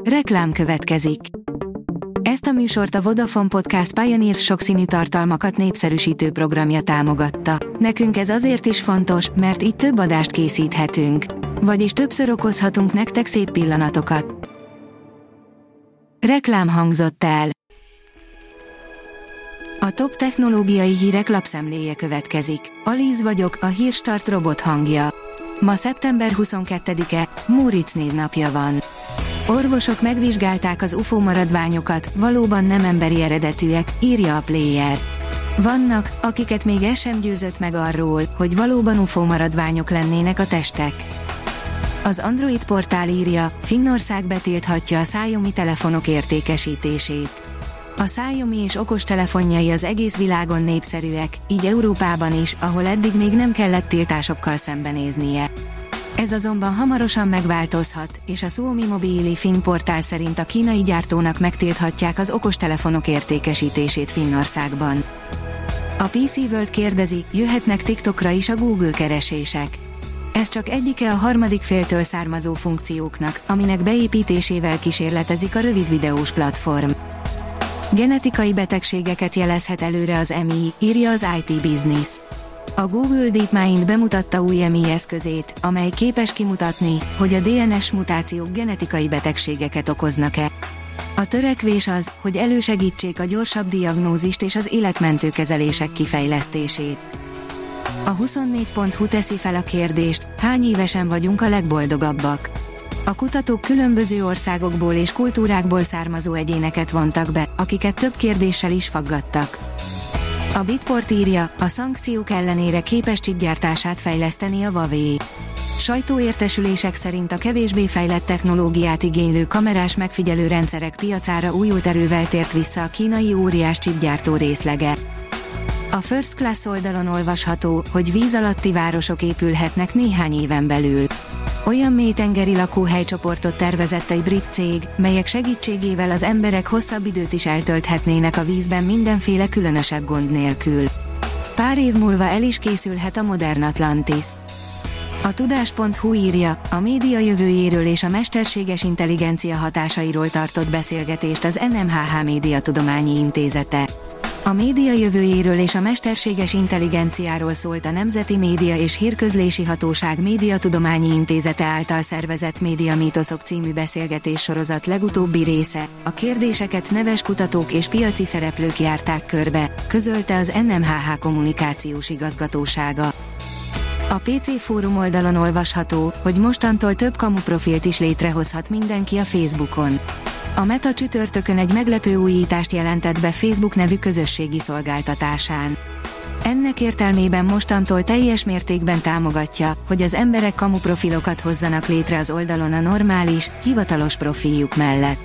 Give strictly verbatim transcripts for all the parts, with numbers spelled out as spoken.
Reklám következik. Ezt a műsort a Vodafone Podcast Pioneer sokszínű tartalmakat népszerűsítő programja támogatta. Nekünk ez azért is fontos, mert így több adást készíthetünk. Vagyis többször okozhatunk nektek szép pillanatokat. Reklám hangzott el. A top technológiai hírek lapszemléje következik. Alíz vagyok, a Hírstart robot hangja. Ma szeptember huszonkettedike, Móricz névnapja van. Orvosok megvizsgálták az ufó maradványokat, valóban nem emberi eredetűek, írja a Player. Vannak, akiket még ez sem győzött meg arról, hogy valóban ufó maradványok lennének a testek. Az Android portál írja, Finnország betilthatja a Xiaomi telefonok értékesítését. A Xiaomi és okostelefonjai az egész világon népszerűek, így Európában is, ahol eddig még nem kellett tiltásokkal szembenéznie. Ez azonban hamarosan megváltozhat, és a Suomi Mobili Finn portál szerint a kínai gyártónak megtilthatják az okostelefonok értékesítését Finnországban. A pé cé World kérdezi, jöhetnek TikTokra is a Google keresések. Ez csak egyike a harmadik féltől származó funkcióknak, aminek beépítésével kísérletezik a rövid videós platform. Genetikai betegségeket jelezhet előre az em i, írja az i té Business. A Google DeepMind bemutatta új em i eszközét, amely képes kimutatni, hogy a dé en es mutációk genetikai betegségeket okoznak-e. A törekvés az, hogy elősegítsék a gyorsabb diagnózist és az életmentő kezelések kifejlesztését. A huszonnégy pont hu teszi fel a kérdést, hány évesen vagyunk a legboldogabbak. A kutatók különböző országokból és kultúrákból származó egyéneket vontak be, akiket több kérdéssel is faggattak. A Bitport írja, a szankciók ellenére képes chipgyártását fejleszteni a Huawei. Sajtóértesülések szerint a kevésbé fejlett technológiát igénylő kamerás megfigyelő rendszerek piacára újult erővel tért vissza a kínai óriás chipgyártó részlege. A First Class oldalon olvasható, hogy víz alatti városok épülhetnek néhány éven belül. Olyan mélytengeri lakóhelycsoportot tervezett egy brit cég, melyek segítségével az emberek hosszabb időt is eltölthetnének a vízben mindenféle különösebb gond nélkül. Pár év múlva el is készülhet a modern Atlantis. A tudás pont hu írja, a média jövőjéről és a mesterséges intelligencia hatásairól tartott beszélgetést az en em há há Médiatudományi Intézete. A média jövőjéről és a mesterséges intelligenciáról szólt a Nemzeti Média és Hírközlési Hatóság Médiatudományi Intézete által szervezett Média Mítoszok című beszélgetés sorozat legutóbbi része. A kérdéseket neves kutatók és piaci szereplők járták körbe, közölte az en em há há kommunikációs igazgatósága. A pé cé Fórum oldalon olvasható, hogy mostantól több kamuprofilt is létrehozhat mindenki a Facebookon. A Meta csütörtökön egy meglepő újítást jelentett be Facebook nevű közösségi szolgáltatásán. Ennek értelmében mostantól teljes mértékben támogatja, hogy az emberek kamuprofilokat hozzanak létre az oldalon a normális, hivatalos profiljuk mellett.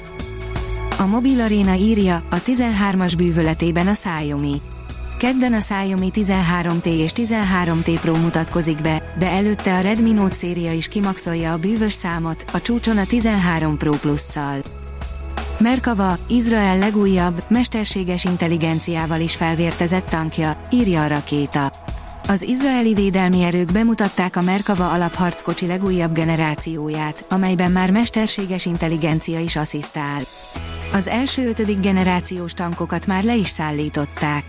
A Mobil Arena írja, a tizenhármas bűvöletében a Xiaomi. Kedden a Xiaomi tizenhárom té és tizenhárom té Pro mutatkozik be, de előtte a Redmi Note széria is kimaxolja a bűvös számot, a csúcson a tizenhárom Pro Plusszal. Merkava, Izrael legújabb, mesterséges intelligenciával is felvértezett tankja, írja a Rakéta. Az izraeli védelmi erők bemutatták a Merkava alapharckocsi legújabb generációját, amelyben már mesterséges intelligencia is asszisztál. Az első ötödik generációs tankokat már le is szállították.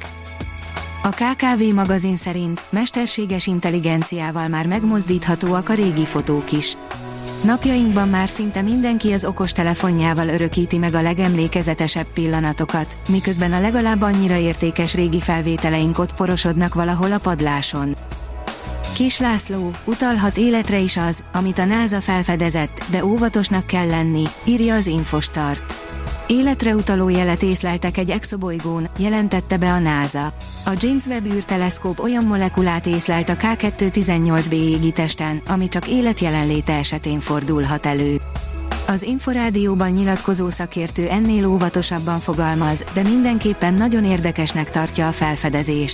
A ká ká vé magazin szerint mesterséges intelligenciával már megmozdíthatóak a régi fotók is. Napjainkban már szinte mindenki az okostelefonjával örökíti meg a legemlékezetesebb pillanatokat, miközben a legalább annyira értékes régi felvételeink ott porosodnak valahol a padláson. Kis László, utalhat életre is az, amit a NASA felfedezett, de óvatosnak kell lenni, írja az Infostart. Életre utaló jelet észleltek egy exobolygón, jelentette be a NASA. A James Webb űrteleszkóp olyan molekulát észlelt a ká kettőszáztizennyolc bé égitesten, ami csak élet jelenléte esetén fordulhat elő. Az Inforádióban nyilatkozó szakértő ennél óvatosabban fogalmaz, de mindenképpen nagyon érdekesnek tartja a felfedezést.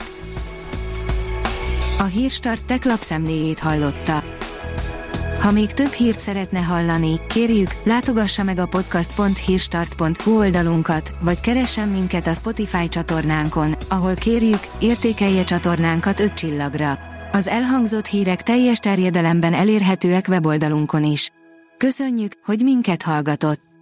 A Hírstart tech lapszemléjét hallotta. Ha még több hírt szeretne hallani, kérjük, látogassa meg a podcast pont hírstart pont hu oldalunkat, vagy keressen minket a Spotify csatornánkon, ahol kérjük, értékelje csatornánkat öt csillagra. Az elhangzott hírek teljes terjedelemben elérhetőek weboldalunkon is. Köszönjük, hogy minket hallgatott!